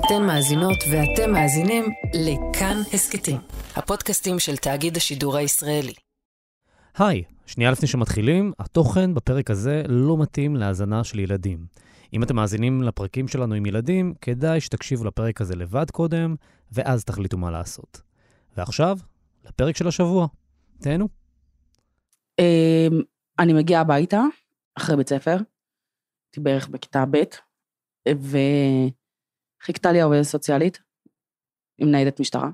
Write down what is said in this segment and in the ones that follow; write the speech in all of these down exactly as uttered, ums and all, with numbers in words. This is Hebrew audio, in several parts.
אתן מאזינות ואתם מאזינים לכאן הסקטים, הפודקאסטים של תאגיד השידור הישראלי. היי, שנייה לפני שמתחילים, התוכן בפרק הזה לא מתאים להאזנה של ילדים. אם אתם מאזינים לפרקים שלנו עם ילדים, כדאי שתקשיבו לפרק הזה לבד קודם, ואז תחליטו מה לעשות. ועכשיו, לפרק של השבוע. תהנו. אני מגיעה הביתה, אחרי בית ספר, הייתי בערך בכיתה ב', וחיכתה לי העובדת סוציאלית, עם ניידת משטרה,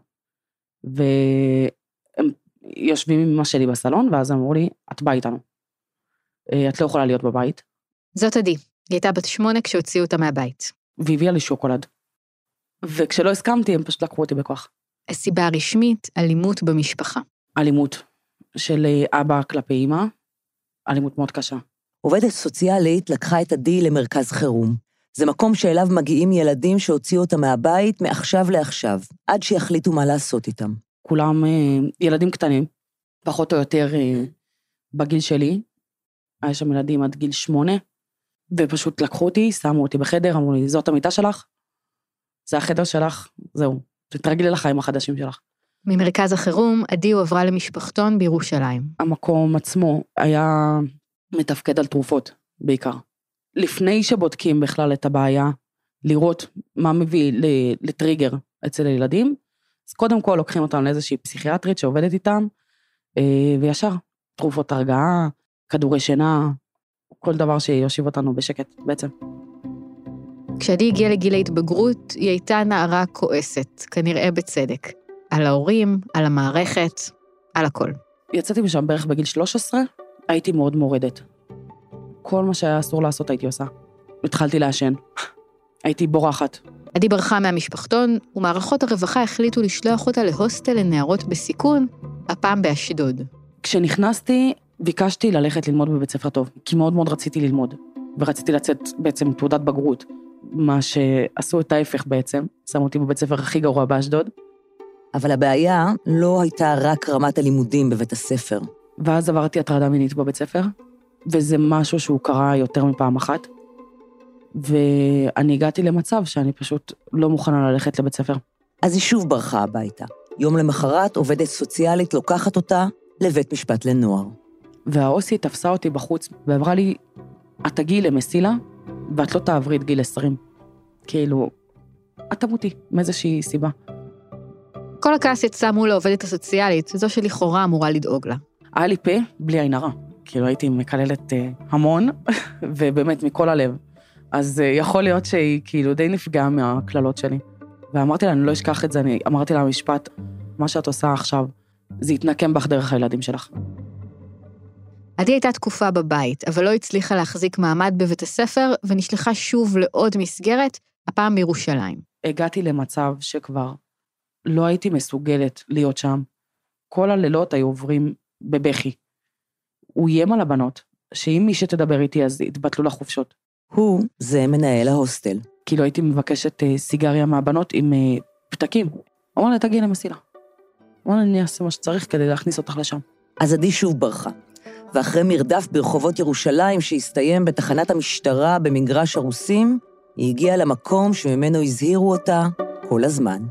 והם יושבים עם אמא שלי בסלון, ואז אמרו לי, את באה איתנו. את לא יכולה להיות בבית. זאת עדי, היא הייתה בת שמונה כשהוציאו אותה מהבית. והביאה לי שוקולד. וכשלא הסכמתי, הם פשוט לקחו אותי בכוח. הסיבה הרשמית, אלימות במשפחה. אלימות של אבא כלפי אמא, אלימות מאוד קשה. עובדת סוציאלית לקחה את עדי למרכז חירום. זה מקום שאליו מגיעים ילדים שהוציאו אותם מהבית מעכשיו לעכשיו, עד שיחליטו מה לעשות איתם. כולם ילדים קטנים, פחות או יותר בגיל שלי, היה שם ילדים עד גיל שמונה, ופשוט לקחו אותי, שמו אותי בחדר, אמרו לי, זאת המיטה שלך, זה החדר שלך, זהו, תתרגלי לחיים החדשים שלך. ממרכז החירום, עדי הועברה למשפחתון בירושלים. המקום עצמו היה מתפקד על תרופות, בעיקר. לפני שבודקים בכלל את הבעיה, לראות מה מביא לטריגר אצל הילדים, אז קודם כל לוקחים אותם לאיזושהי פסיכיאטרית שעובדת איתם, וישר תרופות הרגעה, כדורי שינה, כל דבר שיושיב אותנו בשקט בעצם. כשעדי הגיעה לגיל ההתבגרות, היא הייתה נערה כועסת, כנראה בצדק. על ההורים, על המערכת, על הכל. יצאתי משם בערך בגיל שלוש עשרה, הייתי מאוד מורדת. כל מה שהיה אסור לעשות הייתי עושה. התחלתי לעשן. הייתי בורחת. עדי ברחה מהמשפחתון, ומערכות הרווחה החליטו לשלוח אותה להוסטל לנערות בסיכון, הפעם באשדוד. כשנכנסתי, ביקשתי ללכת ללמוד בבית ספר טוב, כי מאוד מאוד רציתי ללמוד, ורציתי לצאת בעצם תעודת בגרות, מה שעשו את ההפך בעצם, שמו אותי בבית ספר הכי גרוע באשדוד. אבל הבעיה לא הייתה רק רמת הלימודים בבית הספר. ואז עברתי הטרדה מינית בבית ספר, וזה משהו שהוא קרה יותר מפעם אחת, ואני הגעתי למצב שאני פשוט לא מוכנה ללכת לבית ספר. אז היא שוב ברחה הביתה. יום למחרת עובדת סוציאלית לוקחת אותה לבית משפט לנוער. והאוסי תפסה אותי בחוץ, ואמרה לי, את תגיעי למסילה, ואת לא תעברי את גיל עשרים. כאילו, את תמותי, מאיזושהי סיבה. כל הכעס יצא מול העובדת הסוציאלית, זו שלכאורה אמורה לדאוג לה. היה לי פה בלי עין הרע. כאילו הייתי מקללת המון, ובאמת מכל הלב. אז יכול להיות שהיא כאילו די נפגעה מהכללות שלי. ואמרתי לה, אני לא אשכח את זה, אני אמרתי לה משפט, מה שאת עושה עכשיו, זה יתנקם בך דרך הילדים שלך. עדי הייתה תקופה בבית, אבל לא הצליחה להחזיק מעמד בבית הספר, ונשלחה שוב לעוד מסגרת, הפעם בירושלים. הגעתי למצב שכבר לא הייתי מסוגלת להיות שם. כל הלילות היו עוברים בבכי. הוא איים על הבנות, שאם מי שתדבר איתי אז יתבטלו לחופשות. הוא זה מנהל ההוסטל. כאילו הייתי מבקשת סיגריה מהבנות עם פתקים. הוא אמר לה, תגיעי למסילה. הוא אמר לה, אני אעשה מה שצריך כדי להכניס אותך לשם. אז עדי שוב ברחה. ואחרי מרדף ברחובות ירושלים שהסתיים בתחנת המשטרה במגרש הרוסים, היא הגיעה למקום שממנו הזהירו אותה כל הזמן.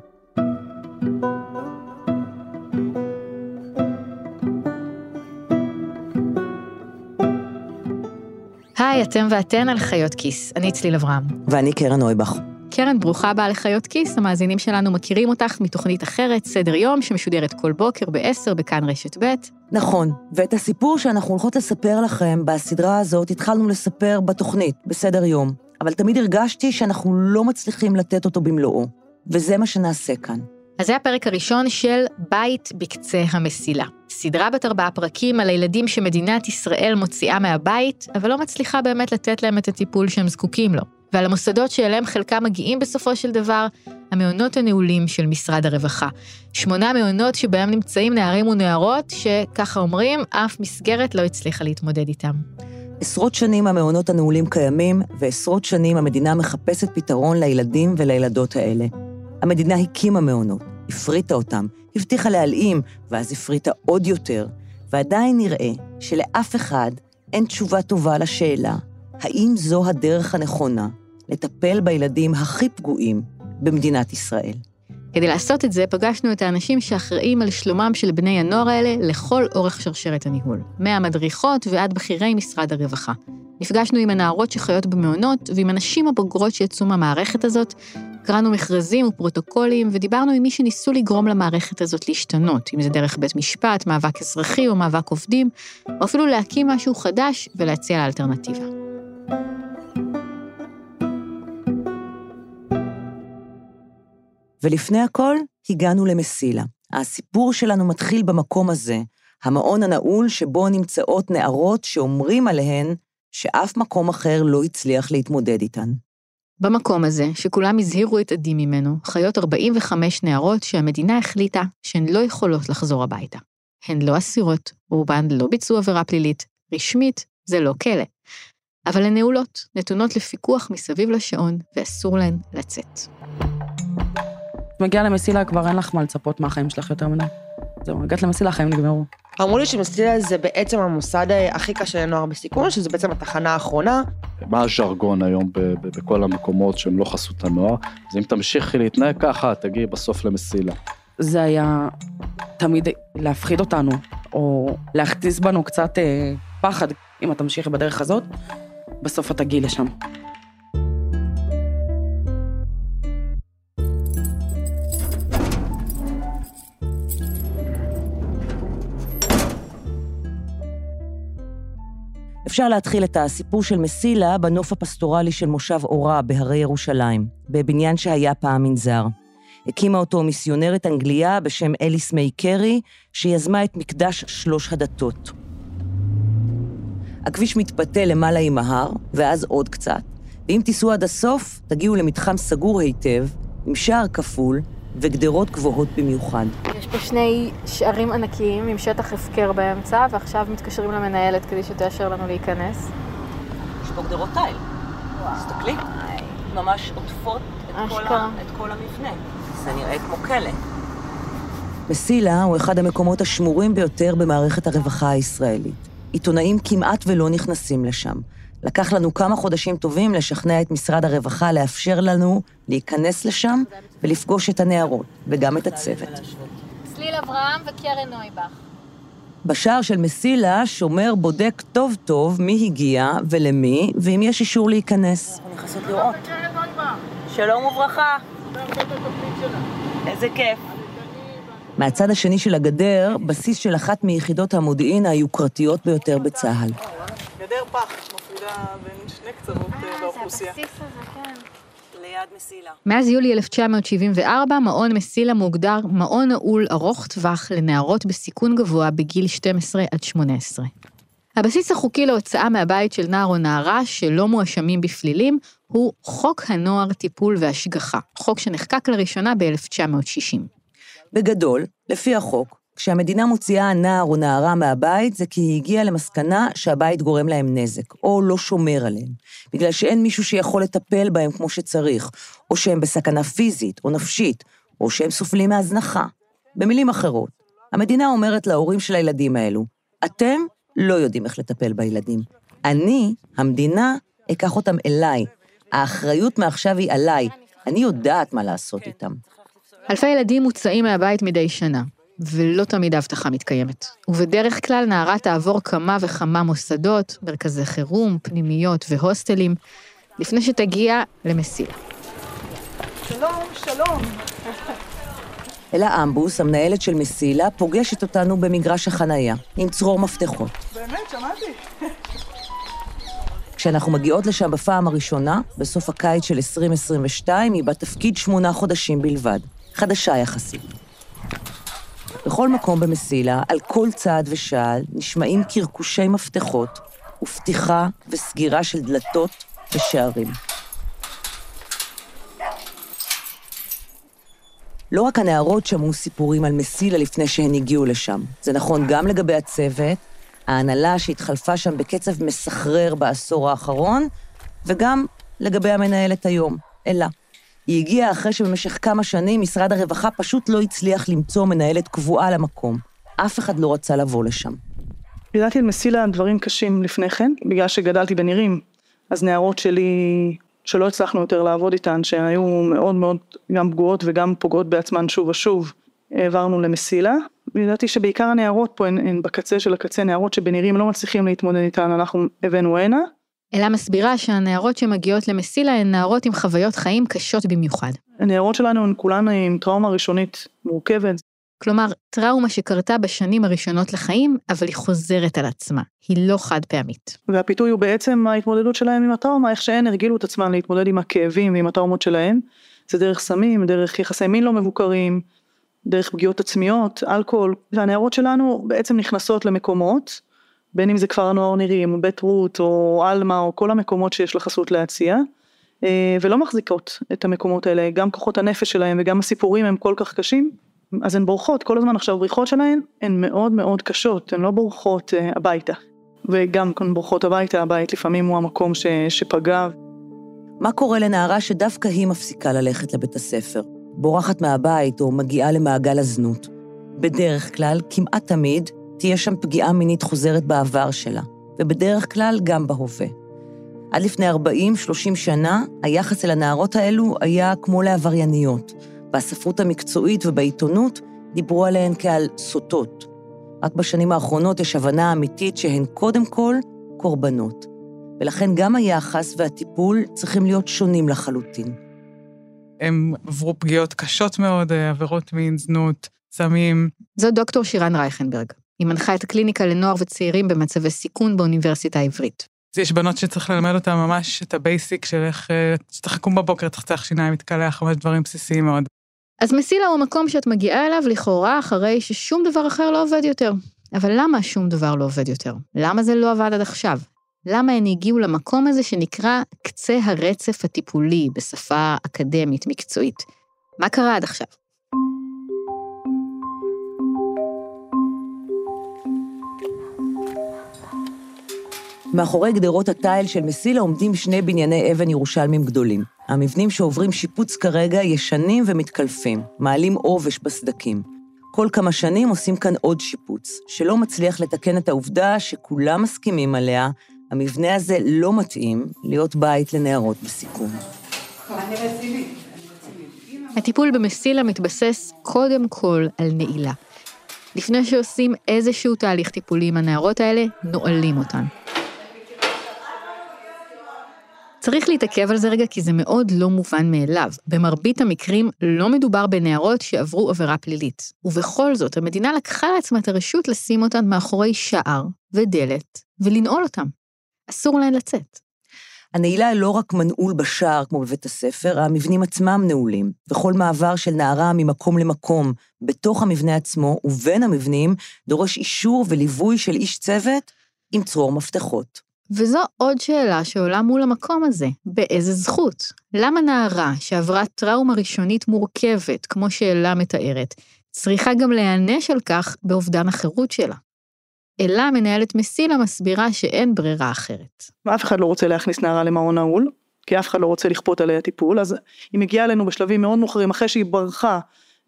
היי, אתם ואתן על חיות כיס. אני צליל אברהם. ואני קרן אויבך. קרן, ברוכה הבאה לחיות כיס. המאזינים שלנו מכירים אותך מתוכנית אחרת, סדר יום, שמשודרת כל בוקר בעשר בכאן רשת ב'. נכון, ואת הסיפור שאנחנו הולכות לספר לכם בסדרה הזאת, התחלנו לספר בתוכנית, בסדר יום. אבל תמיד הרגשתי שאנחנו לא מצליחים לתת אותו במלואו. וזה מה שנעשה כאן. אז זה הפרק הראשון של בית בקצה המסילה. סדרה בת ארבעה פרקים על הילדים שמדינת ישראל מוציאה מהבית, אבל לא מצליחה באמת לתת להם את הטיפול שהם זקוקים לו. ועל המוסדות שאליהם חלקם מגיעים בסופו של דבר, המעונות הנעולים של משרד הרווחה. שמונה מעונות שבהם נמצאים נערים ונערות, שככה אומרים, אף מסגרת לא הצליחה להתמודד איתם. עשרות שנים המעונות הנעולים קיימים, ועשרות שנים המדינה מחפשת פתרון לילדים ולילדות האלה. המדינה הקימה מעונות, הפריטה אותם, הבטיחה להלאים, ואז הפריטה עוד יותר, ועדיין נראה שלאף אחד אין תשובה טובה לשאלה, האם זו הדרך הנכונה לטפל בילדים הכי פגועים במדינת ישראל. כדי לעשות את זה, פגשנו את האנשים שאחראים על שלומם של בני הנוער האלה לכל אורך שרשרת הניהול, מהמדריכות ועד בכירי משרד הרווחה. נפגשנו עם הנערות שחיות במעונות ועם הנשים הבוגרות שיצאו מהמערכת הזאת, קראנו מכרזים ופרוטוקולים ודיברנו עם מי שניסו לגרום למערכת הזאת להשתנות, אם זה דרך בית משפט, מאבק אזרחי או מאבק עובדים, או אפילו להקים משהו חדש ולהציע לאלטרנטיבה. ולפני הכל, הגענו למסילה. הסיפור שלנו מתחיל במקום הזה, המעון הנעול שבו נמצאות נערות שאומרים עליהן שאף מקום אחר לא הצליח להתמודד איתן. במקום הזה, שכולם הזהירו את עדים ממנו, חיות ארבעים וחמש נערות שהמדינה החליטה שהן לא יכולות לחזור הביתה. הן לא אסירות, רובן לא ביצעו עבירה פלילית, רשמית זה לא כלא. אבל הן נעולות, נתונות לפיקוח מסביב לשעון, ואסור להן לצאת. מגיעה למסילה, כבר אין לך מה לצפות מהחיים שלך יותר מדי. זהו, הגעת למסילה, החיים נגמרו. אמרו לי שמסילה זה בעצם המוסד הכי קשה לנוער בסיכון, שזה בעצם התחנה האחרונה. מה הז'רגון היום בכל המקומות שהם לא חסות הנוער? אז אם תמשיכי להתנהג ככה, תגיעי בסוף למסילה. זה היה תמיד להפחיד אותנו, או להכתיס בנו קצת אה, פחד, אם את תמשיכי בדרך הזאת, בסוף את תגיעי לשם. אפשר להתחיל את הסיפור של מסילה בנוף הפסטורלי של מושב אורה בהרי ירושלים, בבניין שהיה פעם מנזר. הקימה אותו מיסיונרית אנגליה בשם אליס מיי קרי, שיזמה את מקדש שלוש הדתות. הכביש מתפתה למעלה עם ההר, ואז עוד קצת, ואם תיסעו עד הסוף, תגיעו למתחם סגור היטב, עם שער כפול וגדרות גבוהות במיוחד. יש פה שני שערים ענקיים עם שטח הפקר באמצע, ועכשיו מתקשרים למנהלת כדי שתאשר לנו להיכנס. יש פה גדרות תיל. תסתכלי. ממש עוטפות את כל, ה... את כל המבנה. זה נראה כמו כלא. מסילה הוא אחד המקומות השמורים ביותר במערכת הרווחה הישראלית. עיתונאים כמעט ולא נכנסים לשם. לקח לנו כמה חודשים טובים לשכנע את משרד הרווחה לאפשר לנו להיכנס לשם ולפגוש את הנערות וגם את הצוות. צליל אברהם וקרן נויבך. בשער של מסילה שומר בודק טוב טוב מי הגיע ולמי ואם יש אישור להיכנס. אנחנו נכנסות לראות. שלום וברכה. איזה כיף. מהצד השני של הגדר, בסיס של אחת מיחידות המודיעין היוקרתיות ביותר בצה"ל. גדר פח, מפרידה בין שני קצוות באוכלוסייה. זה הבסיס הזה, כן. ליד מסילה. מאז יולי אלף תשע מאות שבעים וארבע, מעון מסילה מוגדר מעון נעול ארוך טווח לנערות בסיכון גבוה בגיל שתים עשרה עד שמונה עשרה. הבסיס החוקי להוצאה מהבית של נער או נערה שלא מואשמים בפלילים, הוא חוק הנוער טיפול והשגחה, חוק שנחקק לראשונה ב-אלף תשע מאות שישים. בגדול, לפי החוק, כשהמדינה מוציאה נער או נערה מהבית, זה כי היא הגיעה למסקנה שהבית גורם להם נזק, או לא שומר עליהם, בגלל שאין מישהו שיכול לטפל בהם כמו שצריך, או שהם בסכנה פיזית או נפשית, או שהם סופלים מהזנחה. במילים אחרות, המדינה אומרת להורים של הילדים האלו, אתם לא יודעים איך לטפל בילדים. אני, המדינה, אקח אותם אליי. האחריות מעכשיו היא עליי. אני יודעת מה לעשות איתם. אלפי ילדים מוצאים מהבית מדי שנה, ולא תמיד ההבטחה מתקיימת. ובדרך כלל נערה תעבור כמה וכמה מוסדות, מרכזי חירום, פנימיות והוסטלים, לפני שתגיע למסילה. שלום, שלום. אלה אמבוס, המנהלת של מסילה, פוגשת אותנו במגרש החנייה, עם צרור מפתחות. באמת, שמעתי. כשאנחנו מגיעות לשם בפעם הראשונה, בסוף הקיץ של עשרים עשרים ושתיים, היא בתפקיד שמונה חודשים בלבד. חדשה יחסית. בכל מקום במסילה, על כל צעד ושעל, נשמעים קרקושי מפתחות, ופתיחה וסגירה של דלתות ושערים. לא רק הנערות שמעו סיפורים על מסילה לפני שהן הגיעו לשם. זה נכון גם לגבי הצוות, ההנהלה שהתחלפה שם בקצב מסחרר בעשור האחרון, וגם לגבי המנהלת היום, אלה. היא הגיעה אחרי שבמשך כמה שנים משרד הרווחה פשוט לא הצליח למצוא מנהלת קבועה למקום. אף אחד לא רצה לבוא לשם. ידעתי על מסילה דברים קשים לפני כן, בגלל שגדלתי בנירים. אז נערות שלי שלא הצלחנו יותר לעבוד איתן, שהיו מאוד מאוד גם פגועות וגם פוגעות בעצמן שוב ושוב, העברנו למסילה. וידעתי שבעיקר הנערות פה הן, הן בקצה של הקצה, נערות שבנירים לא מצליחים להתמודד איתן, אנחנו הבאנו הנה. אלה מסבירה שהנערות שמגיעות למסילה הן נערות עם חוויות חיים קשות במיוחד. הנערות שלנו הן כולן עם טראומה ראשונית מורכבת. כלומר, טראומה שקרתה בשנים הראשונות לחיים, אבל היא חוזרת על עצמה. היא לא חד פעמית. והפיתוי הוא בעצם ההתמודדות שלהם עם הטראומה, איך שהן הרגילו את עצמן להתמודד עם הכאבים ועם הטראומות שלהם. זה דרך סמים, דרך יחסי מין לא מבוקרים, דרך פגיעות עצמיות, אלכוהול. והנערות שלנו בעצם נכנסות למקומות, בין אם זה כפר הנוער נירים, בית רות או אלמה או כל המקומות שיש לחסות להציע, ולא מחזיקות את המקומות האלה, גם כוחות הנפש שלהם וגם הסיפורים הם כל כך קשים, אז הן בורחות, כל הזמן עכשיו בריחות שלהן הן מאוד מאוד קשות, הן לא בורחות הביתה, וגם כאן בורחות הביתה, הבית לפעמים הוא המקום ש, שפגע. מה קורה לנערה שדווקא היא מפסיקה ללכת לבית הספר, בורחת מהבית או מגיעה למעגל הזנות? בדרך כלל, כמעט תמיד, תהיה שם פגיעה מינית חוזרת בעבר שלה, ובדרך כלל גם בהווה. עד לפני ארבעים שלושים שנה, היחס אל הנערות האלו היה כמו לעברייניות, והספרות המקצועית ובעיתונות דיברו עליהן כעל סוטות. רק בשנים האחרונות יש הבנה אמיתית שהן קודם כל קורבנות, ולכן גם היחס והטיפול צריכים להיות שונים לחלוטין. הם עברו פגיעות קשות מאוד, עבירות מין, זנות, סמים. זו דוקטור שירן רייכנברג. היא מנחה את הקליניקה לנוער וצעירים במצבי סיכון באוניברסיטה העברית. יש בנות שצריך ללמד אותם ממש את הבייסיק של איך שצריך לקום בבוקר, צריך צריך שיניים, מתקלח, חמש דברים בסיסיים מאוד. אז מסילה הוא מקום שאת מגיעה אליו לכאורה אחרי ששום דבר אחר לא עובד יותר. אבל למה שום דבר לא עובד יותר? למה זה לא עבד עד עכשיו? למה הן הגיעו למקום הזה שנקרא קצה הרצף הטיפולי בשפה אקדמית מקצועית? מה קרה עד עכשיו? מאחורי גדרות התיל של מסילה עומדים שני בנייני אבן ירושלמים גדולים. המבנים שעוברים שיפוץ כרגע ישנים ומתקלפים, מעלים עובש בסדקים. כל כמה שנים עושים כאן עוד שיפוץ, שלא מצליח לתקן את העובדה שכולם מסכימים עליה, המבנה הזה לא מתאים להיות בית לנערות בסיכון. הטיפול במסילה מתבסס קודם כל על נעילה. לפני שעושים איזשהו תהליך טיפולי עם הנערות האלה, נועלים אותן. צריך להתעכב על זה רגע, כי זה מאוד לא מובן מאליו. במרבית המקרים לא מדובר בנערות שעברו עבירה פלילית. ובכל זאת, המדינה לקחה לעצמה את הרשות לשים אותן מאחורי שער ודלת, ולנעול אותן. אסור להן לצאת. הנעילה לא רק מנעול בשער כמו בבית הספר, המבנים עצמם נעולים, וכל מעבר של נערה ממקום למקום, בתוך המבנה עצמו ובין המבנים, דורש אישור וליווי של איש צוות עם צרור מפתחות. וזו עוד שאלה שעולה מול המקום הזה, באיזה זכות? למה נערה שעברה טראומה ראשונית מורכבת, כמו שאלה מתארת, צריכה גם להיענש על כך באובדן החירות שלה? אלה מנהלת מסילה מסבירה שאין ברירה אחרת. אף אחד לא רוצה להכניס נערה למעון נעול, כי אף אחד לא רוצה לכפות עליה טיפול, אז היא מגיעה אלינו בשלבים מאוד מאוחרים, אחרי שהיא ברחה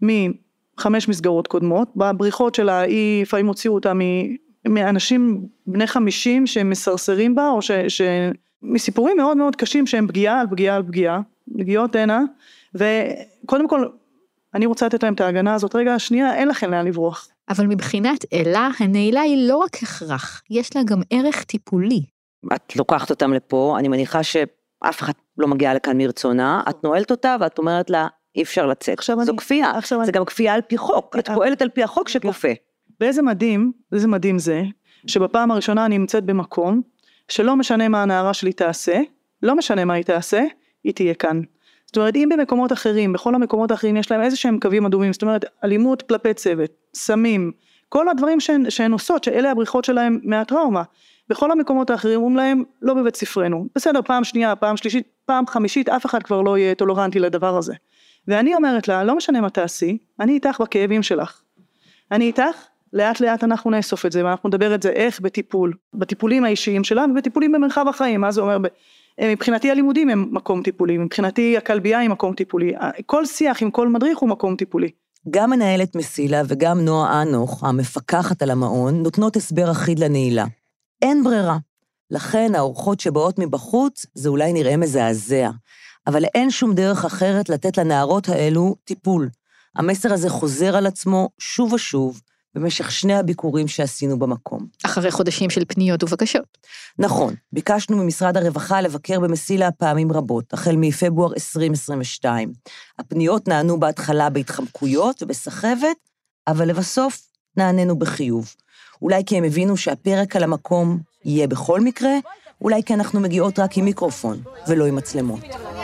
מחמש מסגרות קודמות, בבריחות שלה היא לפעמים הוציאו אותה מ... מאנשים בני חמישים שהם מסרסרים בה, או ש... ש... מסיפורים מאוד מאוד קשים שהם פגיעה על פגיעה על פגיעה, מגיעות הנה, וקודם כל אני רוצה לתת להם את ההגנה הזאת, רגע, השנייה, אין לכם לאן לברוח. אבל מבחינת אלה, הנעילה היא לא רק הכרח, יש לה גם ערך טיפולי. את לוקחת אותם לפה, אני מניחה שאף אחד לא מגיע לכאן מרצונה, את נועלת אותה ואת אומרת לה, אי אפשר לצאת. זו אני, כפייה, זה אני... גם כפייה על פי חוק, את פועלת על פי החוק שכופה. באיזה מדהים, איזה מדהים זה, שבפעם הראשונה אני נמצאת במקום, שלא משנה מה הנערה שלי תעשה, לא משנה מה היא תעשה, היא תהיה כאן. זאת אומרת, אם במקומות אחרים, בכל המקומות האחרים יש להם איזה שהם קווים אדומים, זאת אומרת, אלימות כלפי צוות, סמים, כל הדברים שהן, שהן עושות, שאלה הבריחות שלהם מהטראומה, בכל המקומות האחרים אומרים להם, לא בבית ספרנו, בסדר, פעם שנייה, פעם שלישית, פעם חמישית, אף אחד כבר לא יהיה טולרנטי לדבר הזה. ואני אומרת לה, לא משנה מה תעשי, אני איתך בכאבים שלך. אני איתך, לאט לאט אנחנו נאסוף את זה, ואנחנו נדבר את זה איך בטיפול, בטיפולים האישיים שלנו, ובטיפולים במרחב החיים, מה זה אומר, מבחינתי הלימודים הם מקום טיפולי, מבחינתי הכלבייה היא מקום טיפולי, כל שיח עם כל מדריך הוא מקום טיפולי. גם מנהלת מסילה וגם נועה אנוך, המפקחת על המעון, נותנות הסבר אחיד לנעילה. אין ברירה. לכן האורחות שבאות מבחוץ זה אולי נראה מזעזע, אבל אין שום דרך אחרת לתת לנערות האלו טיפול. המסר הזה חוזר על עצמו שוב ושוב, במשך שני הביקורים שעשינו במקום. אחרי חודשים של פניות ובקשות. נכון, ביקשנו ממשרד הרווחה לבקר במסילה פעמים רבות, החל מפברואר עשרים עשרים ושתיים. הפניות נענו בהתחלה בהתחמקויות ובסחבת, אבל לבסוף נעננו בחיוב. אולי כי הם הבינו שהפרק על המקום יהיה בכל מקרה, אולי כי אנחנו מגיעות רק עם מיקרופון, ולא עם מצלמות.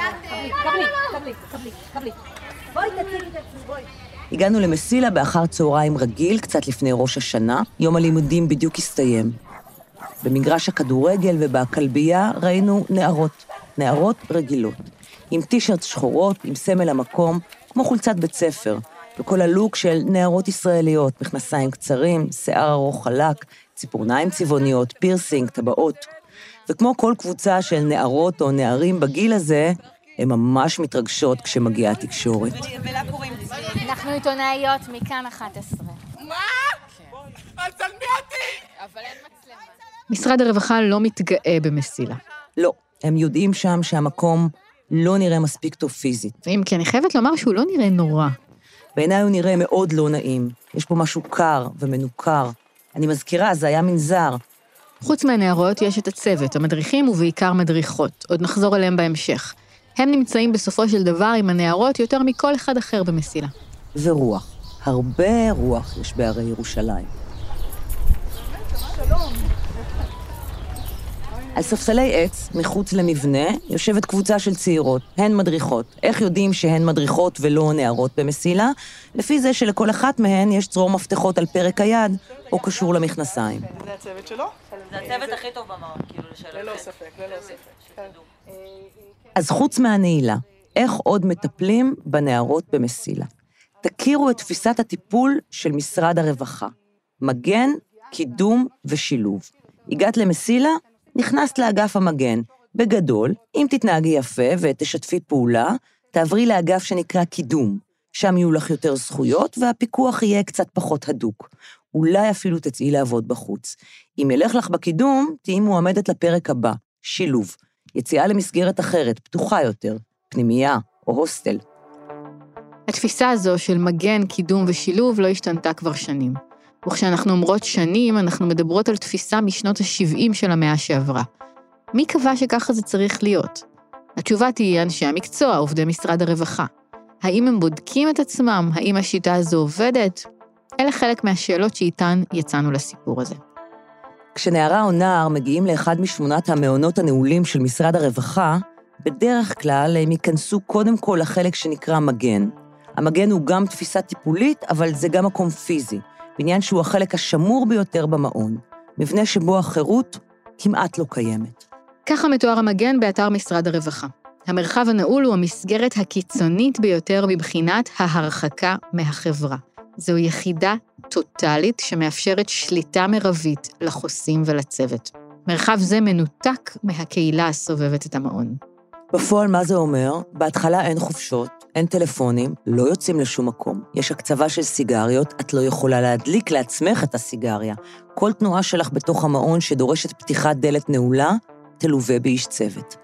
הגענו למסילה באחר צהריים רגיל, קצת לפני ראש השנה, יום הלימודים בדיוק הסתיים. במגרש הכדורגל ובכלבייה ראינו נערות, נערות רגילות, עם טישרט שחורות, עם סמל המקום, כמו חולצת בית ספר, וכל הלוק של נערות ישראליות, מכנסיים קצרים, שיער ארוך חלק, ציפורניים צבעוניות, פירסינג, טבעות. וכמו כל קבוצה של נערות או נערים בגיל הזה, הן ממש מתרגשות כשמגיעה התקשורת. אנחנו עיתונאיות מכאן אחת עשרה. מה? אז על מי אותי? אבל אין מצלמה. משרד הרווחה לא מתגאה במסילה. לא, הם יודעים שם שהמקום לא נראה מספיק טוב פיזית. אם כי אני חייבת לומר שהוא לא נראה נורא. בעיניי הוא נראה מאוד לא נעים. יש פה משהו קר ומנוכר. אני מזכירה, זה היה מנזר. חוץ מהנערות יש את הצוות, המדריכים ובעיקר מדריכות. עוד נחזור אליהם בהמשך. הם נמצאים בסופו של דבר עם הנערות יותר מכל אחד אחר במסילה. ורוח. הרבה רוח יש בהרי ירושלים. על ספסלי עץ, מחוץ למבנה, יושבת קבוצה של צעירות. הן מדריכות. איך יודעים שהן מדריכות ולא נערות במסילה? לפי זה שלכל אחת מהן יש צרור מפתחות על פרק היד, או קשור למכנסיים. זה הצוות שלו? זה הצוות הכי טוב במעון, כאילו לשאלה. ללא ספק, ללא ספק. אז חוץ מהנעילה, איך עוד מטפלים בנערות במסילה? תכירו את תפיסת הטיפול של משרד הרווחה. מגן, קידום ושילוב. הגעת למסילה, נכנסת לאגף המגן. בגדול, אם תתנהגי יפה ותשתפי פעולה, תעברי לאגף שנקרא קידום. שם יהיו לך יותר זכויות והפיקוח יהיה קצת פחות הדוק. אולי אפילו תצאי לעבוד בחוץ. אם ילך לך בקידום, תהיי מועמדת לפרק הבא, שילוב. יציאה למסגרת אחרת, פתוחה יותר, פנימייה או הוסטל. התפיסה הזו של מגן, קידום ושילוב לא השתנתה כבר שנים. וכשאנחנו אומרות שנים, אנחנו מדברות על תפיסה משנות ה-שבעים של המאה שעברה. מי קבע שככה זה צריך להיות? התשובה תהיה אנשי המקצוע, עובדי משרד הרווחה. האם הם בודקים את עצמם? האם השיטה הזו עובדת? אלה חלק מהשאלות שאיתן יצאנו לסיפור הזה. כשנערה או נער מגיעים לאחד משמונת המעונות הנעולים של משרד הרווחה, בדרך כלל הם ייכנסו קודם כל לחלק שנקרא מגן. המגן הוא גם תפיסה טיפולית, אבל זה גם מקום פיזי, בעניין שהוא החלק השמור ביותר במעון, מבנה שבו החירות כמעט לא קיימת. ככה מתואר המגן באתר משרד הרווחה. המרחב הנעול הוא המסגרת הקיצונית ביותר מבחינת ההרחקה מהחברה. זו יחידה טוטלית שמאפשרת שליטה מרבית לחוסים ולצוות. מרחב זה מנותק מהקהילה הסובבת את המעון. בפועל מה זה אומר? בהתחלה אין חופשות, אין טלפונים, לא יוצאים לשום מקום. יש הקצבה של סיגריות, את לא יכולה להדליק לעצמך את הסיגריה. כל תנועה שלך בתוך המעון שדורשת פתיחת דלת נעולה, תלווה באיש צוות.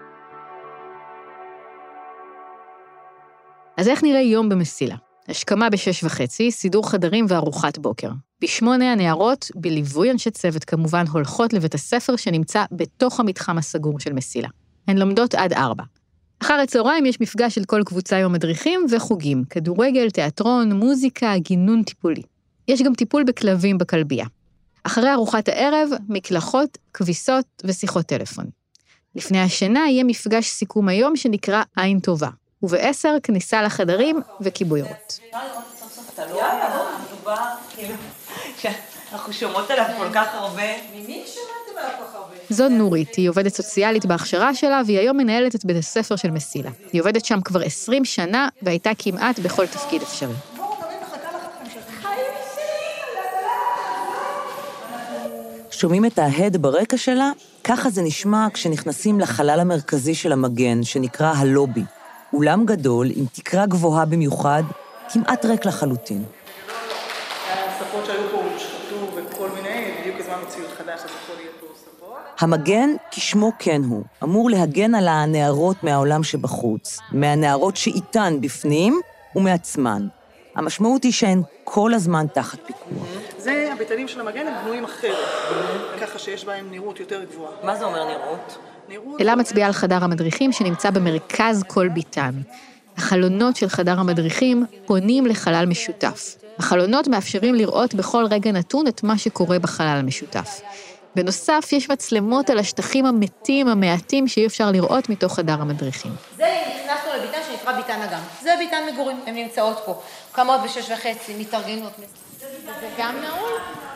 אז איך נראה יום במסילה? השכמה בשש וחצי, סידור חדרים וארוחת בוקר. בשמונה הנערות, בליווי אנשי צוות כמובן, הולכות לבית הספר שנמצא בתוך המתחם הסגור של מסילה. הן לומדות עד ארבע. אחר הצהריים יש מפגש של כל קבוצה עם המדריכים וחוגים, כדורגל, תיאטרון, מוזיקה, גינון טיפולי. יש גם טיפול בכלבים בכלבייה. אחרי ארוחת הערב, מקלחות, כביסות ושיחות טלפון. לפני השינה יהיה מפגש סיכום היום שנקרא עין טובה. ובעשר כניסה לחדרים וכיבוי אורות. אנחנו שומעות עליו כל כך הרבה. ממי שמעתם עליו כל כך הרבה? זו נורית, היא עובדת סוציאלית בהכשרה שלה, והיא היום מנהלת את בית הספר של מסילה. היא עובדת שם כבר עשרים שנה, והייתה כמעט בכל תפקיד אפשרי. שומעים את ההד ברקע שלה? ככה זה נשמע כשנכנסים לחלל המרכזי של המגן, שנקרא הלובי. אולם גדול, עם תקרה גבוהה במיוחד, כמעט ריק לחלוטין. השפות שהיו פה הושחתו וכל מיני, בדיוק הזמן מציאות חדש, אז הכל יהיה פה שפות. המגן, כשמו כן הוא, אמור להגן על הנערות מהעולם שבחוץ, מהנערות שאיתן בפנים ומעצמן. המשמעות היא שהן כל הזמן תחת פיקוח. זה, הביתנים של המגן הם בנויים אחרת, ככה שיש בהם נראות יותר גבוהה. מה זה אומר נראות? אלה מצביעה על חדר המדריכים שנמצא במרכז כל ביתן. החלונות של חדר המדריכים פונים לחלל משותף. החלונות מאפשרים לראות בכל רגע נתון את מה שקורה בחלל המשותף. בנוסף, יש מצלמות על השטחים המתים, המעטים, שאי אפשר לראות מתוך חדר המדריכים. זה נכנסנו לביתן שנקרא ביתן אגם. זה ביתן מגורים, הן נמצאות פה. קמות בשש וחצי, מתארגנות. זה גם נעול?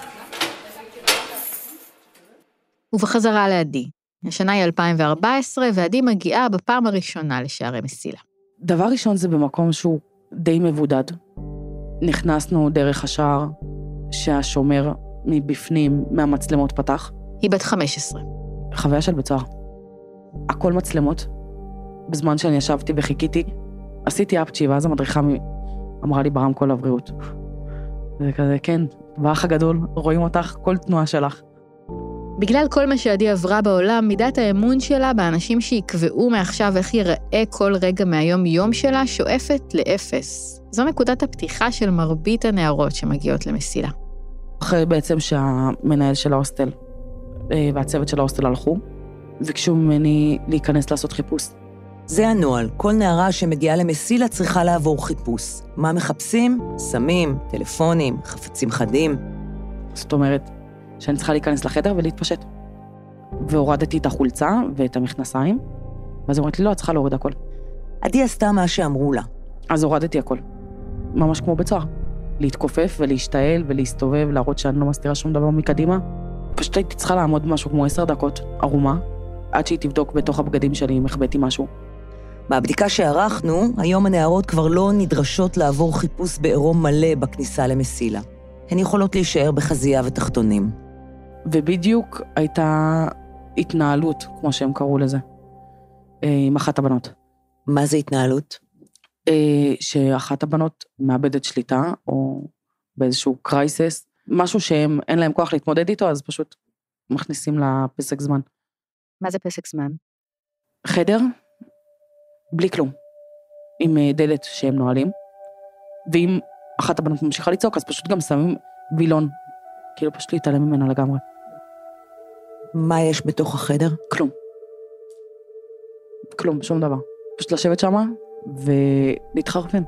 ובחזרה לעדי. השנה היא אלפיים וארבע עשרה, ועדי מגיעה בפעם הראשונה לשערי מסילה. דבר ראשון זה במקום שהוא די מבודד. נכנסנו דרך השער שהשומר מבפנים מהמצלמות פתח. היא בת חמש עשרה. חוויה של בצער. הכל מצלמות. בזמן שאני ישבתי וחיכיתי, עשיתי אפצ'י, ואז המדריכה אמרה לי ברמקול לבריאות. זה כזה, כן, באח הגדול, רואים אותך, כל תנועה שלך. בגלל כל מה שעדי עברה בעולם, מידת האמון שלה באנשים שיקבעו מעכשיו איך ייראה כל רגע מהיום יום שלה, שואפת לאפס. זו נקודת הפתיחה של מרבית הנערות שמגיעות למסילה. אחרי בעצם שהמנהל של ההוסטל והצוות של ההוסטל הלכו, ביקשו ממני להיכנס לעשות חיפוש. זה הנוהל. כל נערה שמגיעה למסילה צריכה לעבור חיפוש. מה מחפשים? סמים, טלפונים, חפצים חדים. זאת אומרת, שאני צריכה להיכנס לחדר ולהתפשט. והורדתי את החולצה ואת המכנסיים, ואז היא אומרת לי, לא, את צריכה להוריד הכל. עדי עשתה מה שאמרו לה. אז הורדתי הכל. ממש כמו בצער. להתכופף ולהשתעל ולהסתובב, להראות שאני לא מסתירה שום דבר מקדימה. פשוט הייתי צריכה לעמוד משהו כמו עשר דקות, ערומה, עד שהיא תבדוק בתוך הבגדים שלי אם החבאתי משהו. מהבדיקה שערכנו, היום הנערות כבר לא נדרשות לעבור חיפוש בעירום מלא בכניסה למסילה. הן יכולות להישאר בחזייה ותחתונים. ובדיוק הייתה התנהלות, כמו שהם קראו לזה, עם אחת הבנות. מה זה התנהלות? שאחת הבנות מאבדת שליטה, או באיזשהו קרייסס, משהו שהם אין להם כוח להתמודד איתו, אז פשוט מכניסים לה פסק זמן. מה זה פסק זמן? חדר, בלי כלום, עם דלת שהם נועלים, ואם אחת הבנות ממשיכה לצעוק, אז פשוט גם שמים וילון, כאילו פשוט להתעלם ממנה לגמרי. מה יש בתוך החדר? כלום. כלום, שום דבר. פשוט לשבת שמה ולהתחרפן.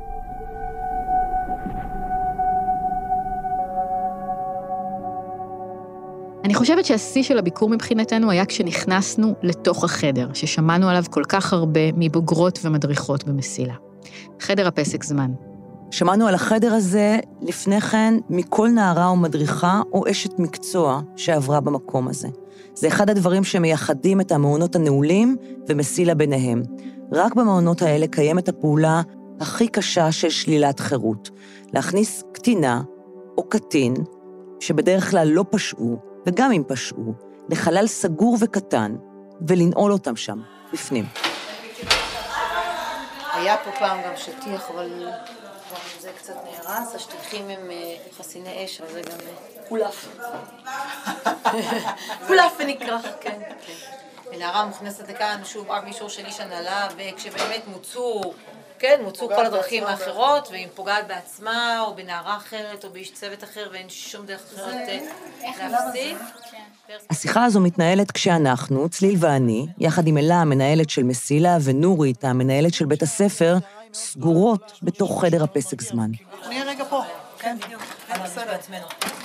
אני חושבת שהשיא של הביקור מבחינתנו היה כשנכנסנו לתוך החדר, ששמענו עליו כל כך הרבה מבוגרות ומדריכות במסילה. חדר הפסק זמן. שמענו על החדר הזה לפני כן מכל נערה או מדריכה או אשת מקצוע שעברה במקום הזה. זה אחד הדברים שמייחדים את המעונות הנעולים ומסילה ביניהם. רק במעונות האלה קיימת הפעולה הכי קשה של שלילת חירות. להכניס קטינה או קטין, שבדרך כלל לא פשעו, וגם אם פשעו, לחלל סגור וקטן, ולנעול אותם שם, בפנים. היה פה פעם גם שטיח, אבל זה קצת נהרס, השטיחים הם חסיני אש, אבל זה גם קולף. קולף ונקרח, כן. נערה מוכנסת לכאן, שוב, רק באישור של איש הנהלה, וכשבאמת מוצאו, כן, מוצאו כל הדרכים האחרות, והיא פוגעת בעצמה, או בנערה אחרת, או באיש צוות אחר, ואין שום דרך אחרת להפסיק. השיחה הזו מתנהלת כשאנחנו, צליל ואני, יחד עם אלה, המנהלת של מסילה, ונורית, המנהלת של בית הספר, סגורות בתוך חדר הפסק זמן. נהיה רגע פה. כן, בדיוק. בסדר בעצמנו.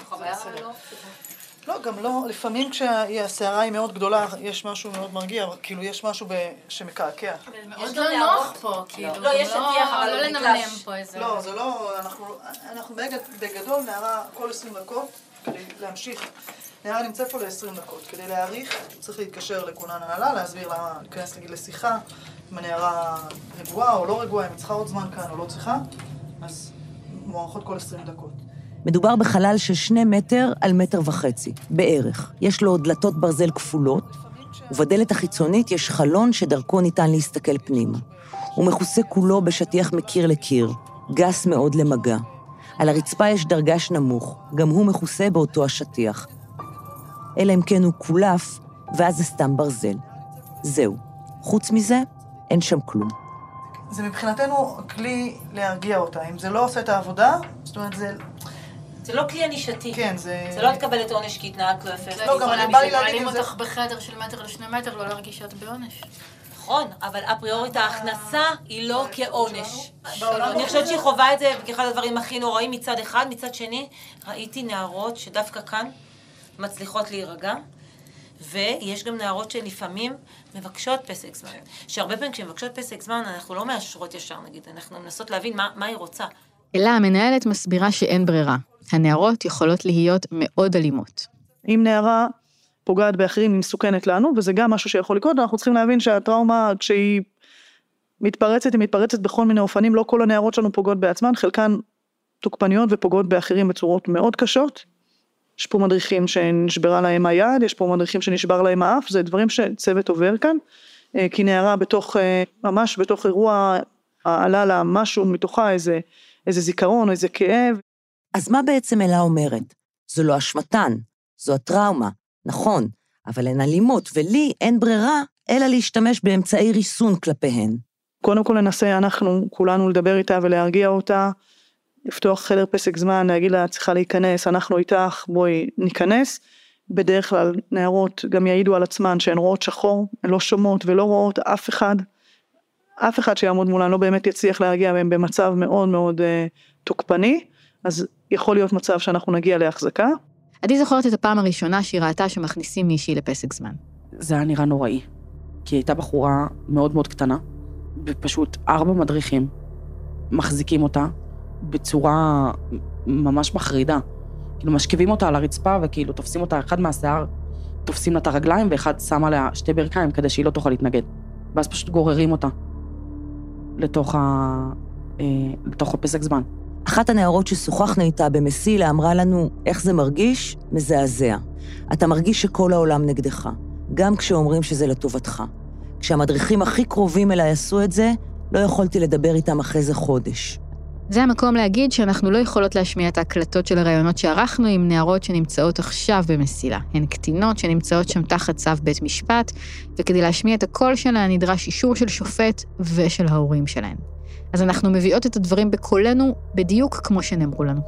לא, גם לא, לפעמים כשהסערה היא מאוד גדולה, יש משהו מאוד מרגיע, כאילו יש משהו שמקעקע. מאוד לא נוח פה, כאילו. לא, יש שטיח, אבל לא לנמנם פה איזה... לא, זה לא, אנחנו בגדול נערה כל עשרים דקות, כדי להמשיך. נערה נמצא פה ל-עשרים דקות. כדי להאריך, צריך להתקשר לכונן הנהלה, להסביר למה, להיכנס נגיד לשיחה, אם הנערה רגועה או לא רגועה, אם היא צריכה עוד זמן כאן או לא צריכה, אז מוארכות כל עשרים דקות. מדובר בחלל של שני מטר על מטר וחצי, בערך. יש לו דלתות ברזל כפולות, ובדלת החיצונית יש חלון שדרכו ניתן להסתכל פנימה. הוא מכוסה כולו בשטיח מקיר לקיר, גס מאוד למגע. על הרצפה יש דרגש נמוך, גם הוא מכוסה באותו השטיח. אלא אם כן הוא קולף, ואז זה סתם ברזל. זהו. חוץ מזה, אין שם כלום. זה מבחינתנו כלי להרגיע אותה. אם זה לא עושה את העבודה, זאת אומרת, זה... זה לא כלי ענישתי. כן, זה... זה לא תקבל את העונש כי התנהגת לא יפה. לא, גם אני בא לי להגיד מעלים את זה... אותך בחדר של מטר לשני מטר, לא להרגיש שאת בעונש. נכון, אבל אפריורית ההכנסה היא לא כעונש. אני חושבת שהיא חובה את זה כאחד הדברים הכי נוראים מצד אחד, מצד שני, ראיתי נערות שדווקא כאן מצליחות להירגע, ויש גם נערות שלפעמים מבקשות פסק זמן. שהרבה פעמים כשמבקשות פסק זמן, אנחנו לא מאשרות ישר, נגיד, אנחנו מנסות להבין מה, מה היא רוצה. אלא המנהלת מסבירה שאין ברירה. הנערות יכולות להיות מאוד אלימות. אם נערה פוגעת באחרים, היא מסוכנת לנו, וזה גם משהו שיכול לקרות, אנחנו צריכים להבין שהטראומה, כשהיא מתפרצת, היא מתפרצת בכל מיני אופנים, לא כל הנערות שלנו פוגעות בעצמן, חלקן תוקפניות ופוגעות באחרים בצורות מאוד קשות. יש פה מדריכים שנשברה להם היד, יש פה מדריכים שנשבר להם האף, זה דברים שצוות עובר כאן, כי נערה בתוך, ממש בתוך אירוע, עלה לה משהו מתוכה, איזה, איזה זיכרון, איזה כאב. אז מה בעצם אלה אומרת? זו לא אשמתן, זו הטראומה, נכון, אבל הן אלימות, ולי אין ברירה, אלא להשתמש באמצעי ריסון כלפיהן. קודם כל ננסה אנחנו כולנו לדבר איתה ולהרגיע אותה, לפתוח חדר פסק זמן, להגיד לה, צריכה להיכנס, אנחנו איתך, בואי ניכנס. בדרך כלל נערות גם יעידו על עצמן שהן רואות שחור, הן לא שומעות ולא רואות אף אחד, אף אחד שיעמוד מולן לא באמת יצליח להרגיע, והם במצב מאוד מאוד uh, תוקפני, אז יכול להיות מצב שאנחנו נגיע להחזקה. עדי זוכרת את הפעם הראשונה שהיא ראתה שמכניסים מישהי לפסק זמן. זה היה נראה נוראי, כי הייתה בחורה מאוד מאוד קטנה, ופשוט ארבע מדריכים מחזיקים אותה בצורה ממש מחרידה. כאילו משכיבים אותה על הרצפה, וכאילו תופסים אותה אחד מהשיער, תופסים לה את הרגליים, ואחד שמה לה שתי ברכיים כדי שהיא לא תוכל להתנגד. ואז פשוט גוררים אותה לתוך, ה... אה, לתוך הפסק זמן. אחת הנערות ששוחחנו איתה במסילה אמרה לנו, איך זה מרגיש? מזעזע. אתה מרגיש שכל העולם נגדך, גם כשאומרים שזה לטובתך. כשהמדריכים הכי קרובים אליי עשו את זה, לא יכולתי לדבר איתם אחרי זה חודש. זה המקום להגיד שאנחנו לא יכולות להשמיע את ההקלטות של הרעיונות שערכנו עם נערות שנמצאות עכשיו במסילה. הן קטינות שנמצאות שם תחת צו בית משפט, וכדי להשמיע את הקול שלה נדרש אישור של שופט ושל ההורים שלהן. אז אנחנו מביאות את הדברים בקולנו בדיוק כמו שנאמרו לנו.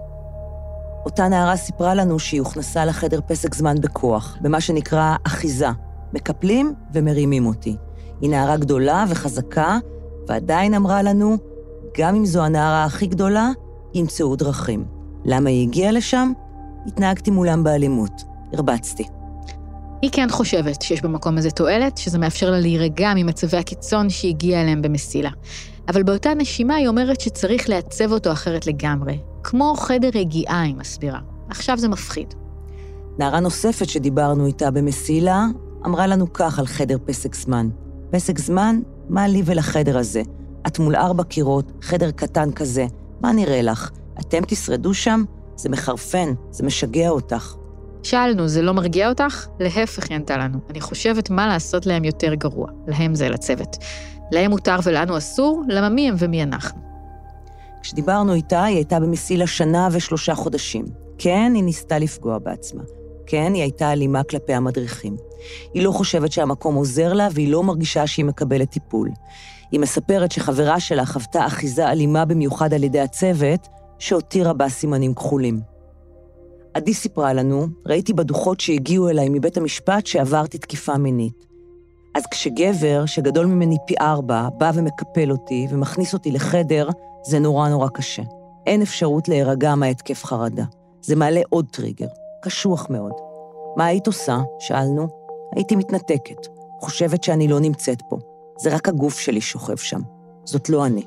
אותה נערה סיפרה לנו שהיא הוכנסה לחדר פסק זמן בכוח, במה שנקרא אחיזה. מקפלים ומרימים אותי. היא נערה גדולה וחזקה, ועדיין אמרה לנו, גם אם זו הנערה הכי גדולה, ימצאו דרכים. למה היא הגיעה לשם? התנהגתי מולם באלימות. הרבצתי. היא כן חושבת שיש במקום הזה תועלת, שזה מאפשר לה להירגע ממצבי הקיצון שהגיעה אליהם במסילה. אבל באותה נשימה היא אומרת שצריך לעצב אותו אחרת לגמרי, כמו חדר רגיעה, היא מסבירה. עכשיו זה מפחיד. נערה נוספת שדיברנו איתה במסילה, אמרה לנו כך על חדר פסק זמן. פסק זמן? מה לי ולחדר הזה? את מול ארבע קירות, חדר קטן כזה. מה נראה לך? אתם תשרדו שם? זה מחרפן, זה משגע אותך. שאלנו, זה לא מרגיע אותך? להפך ינתה לנו. אני חושבת מה לעשות להם יותר גרוע. להם זה לצוות. להם מותר ולנו אסור, למה מי הם ומי אנחנו. כשדיברנו איתה, היא הייתה במסילה שנה ושלושה חודשים. כן, היא ניסתה לפגוע בעצמה. כן, היא הייתה אלימה כלפי המדריכים. היא לא חושבת שהמקום עוזר לה, והיא לא מרגישה שהיא מקבלת טיפול. היא מספרת שחברה שלה חוותה אחיזה אלימה במיוחד על ידי הצוות, שהותירה בה סימנים כחולים. עדי סיפרה לנו, ראיתי בדוחות שהגיעו אליי מבית המשפט שעברתי תקיפה מינית. אז כשגבר, שגדול ממני פי ארבע, בא ומקפל אותי ומכניס אותי לחדר, זה נורא נורא קשה. אין אפשרות להירגע מהתקף חרדה. זה מעלה עוד טריגר, קשוח מאוד. מה היית עושה? שאלנו. הייתי מתנתקת. חושבת שאני לא נמצאת פה. זה רק הגוף שלי שוכב שם. זאת לא אני.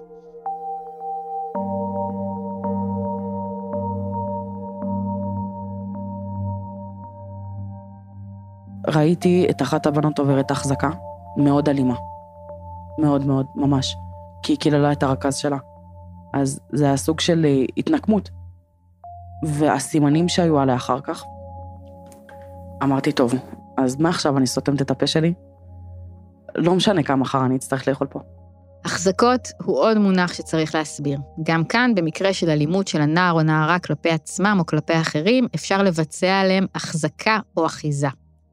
ראיתי את אחת הבנות עוברת החזקה, מאוד אלימה. מאוד מאוד, ממש. כי היא קיללה את הרכז שלה. אז זה היה סוג של התנקמות. והסימנים שהיו עליה אחר כך, אמרתי, טוב, אז מה עכשיו אני סותמת את הפה שלי? לא משנה כמה אחר אני אצטרך לאכול פה. החזקות הוא עוד מונח שצריך להסביר. גם כאן, במקרה של אלימות של הנער או נערה כלפי עצמם או כלפי אחרים, אפשר לבצע עליהם החזקה או אחיזה.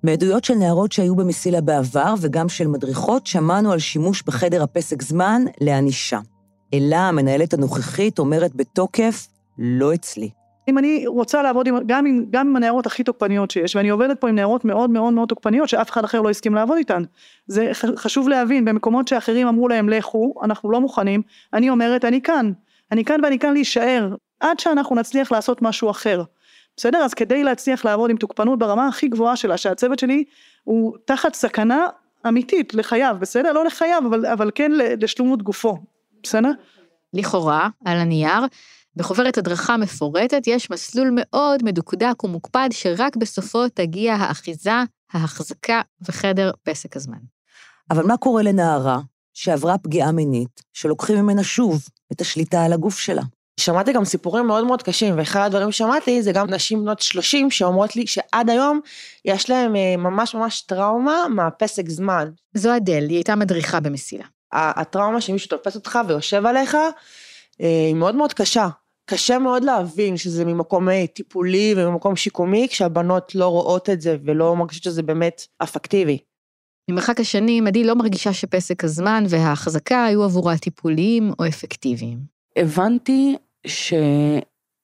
מעדויות של נערות שהיו במסילה בעבר וגם של מדריכות, שמענו על שימוש בחדר הפסק זמן לענישה. אלה, המנהלת הנוכחית, אומרת בתוקף, לא אצלי. אם אני רוצה לעבוד עם, גם, עם, גם עם הנערות הכי תוקפניות שיש, ואני עובדת פה עם נערות מאוד מאוד מאוד תוקפניות, שאף אחד אחר לא הסכים לעבוד איתן. זה חשוב להבין, במקומות שאחרים אמרו להם, לכו, אנחנו לא מוכנים, אני אומרת, אני כאן. אני כאן ואני כאן להישאר, עד שאנחנו נצליח לעשות משהו אחר. בסדר? אז כדי להצליח לעבוד עם תוקפנות ברמה הכי גבוהה שלה, שהצוות שלי הוא תחת סכנה אמיתית לחייו, בסדר? לא לחייו, אבל, אבל כן לשלומות גופו. בסדר? לכאורה, על הנייר, בחוברת הדרכה מפורטת יש מסלול מאוד מדוקדק ומוקפד שרק בסופו תגיע האחיזה, ההחזקה וחדר פסק הזמן. אבל מה קורה לנערה שעברה פגיעה מינית, שלוקחים ממנה שוב את השליטה על הגוף שלה? שמעתי גם סיפורים מאוד מאוד קשים, ואחד הדברים ששמעתי זה גם נשים בנות שלושים שאומרות לי שעד היום יש להם ממש ממש טראומה מהפסק זמן. זו אדל, היא הייתה מדריכה במסילה. הטראומה שמישהו תופס אותך ויושב עליך, היא מאוד מאוד קשה. קשה מאוד להבין שזה ממקום טיפולי וממקום שיקומי, כשהבנות לא רואות את זה ולא מרגישות שזה באמת אפקטיבי. ממרחק השנים, עדי לא מרגישה שפסק הזמן וההחזקה היו עבורה טיפוליים או אפקטיביים. הבנתי שאני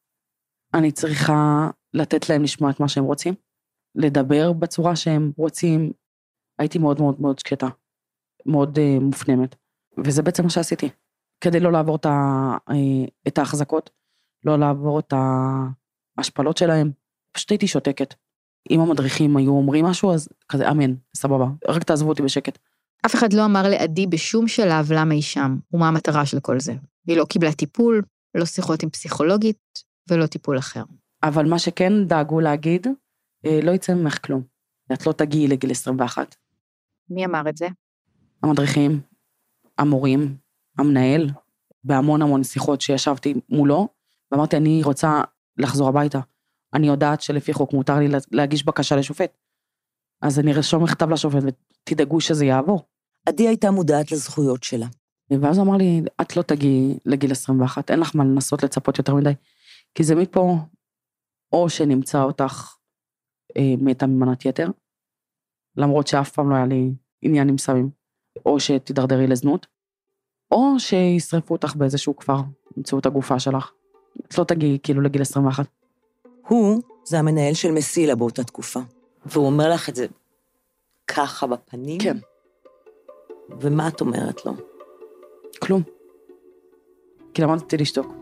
צריכה לתת להם לשמוע את מה שהם רוצים, לדבר בצורה שהם רוצים. הייתי מאוד מאוד מאוד שקטה, מאוד uh, מופנמת, וזה בעצם מה שעשיתי, כדי לא לעבור את, ה, את ההחזקות, לא לעבור את ההשפלות שלהם, פשוט הייתי שותקת. אם המדריכים היו אומרים משהו, אז כזה, אמן, סבבה, רק תעזבו אותי בשקט. אף אחד לא אמר לעדי בשום שלב למה היא שם, ומה המטרה של כל זה. היא לא קיבלה טיפול, לא שיחות עם פסיכולוגית, ולא טיפול אחר. אבל מה שכן דאגו להגיד, לא יצא ממך כלום. את לא תגיעי לגיל עשרים ואחת. מי אמר את זה? המדריכים, המורים, המנהל, בהמון המון שיחות שישבתי מולו, ואמרתי, אני רוצה לחזור הביתה. אני יודעת שלפי חוק מותר לי להגיש בקשה לשופט. אז אני רשום מכתב לשופט ותדאגו שזה יעבור. עדי הייתה מודעת לזכויות שלה. ואז הוא אמר לי, את לא תגיעי לגיל עשרים ואחת, אין לך מה לנסות לצפות יותר מדי, כי זה מפה, או שנמצא אותך אה, מתה ממנת יתר, למרות שאף פעם לא היה לי עניין עם סמים, או שתדרדרי לזנות, או שישרפו אותך באיזשהו כפר, ימצאו את הגופה שלך. את לא תגיעי כאילו לגיל עשרים ואחת. הוא זה המנהל של מסילה באותה תקופה, והוא אומר לך את זה ככה בפנים? כן. ומה את אומרת לו? כלום. כי למדתי לשתוק.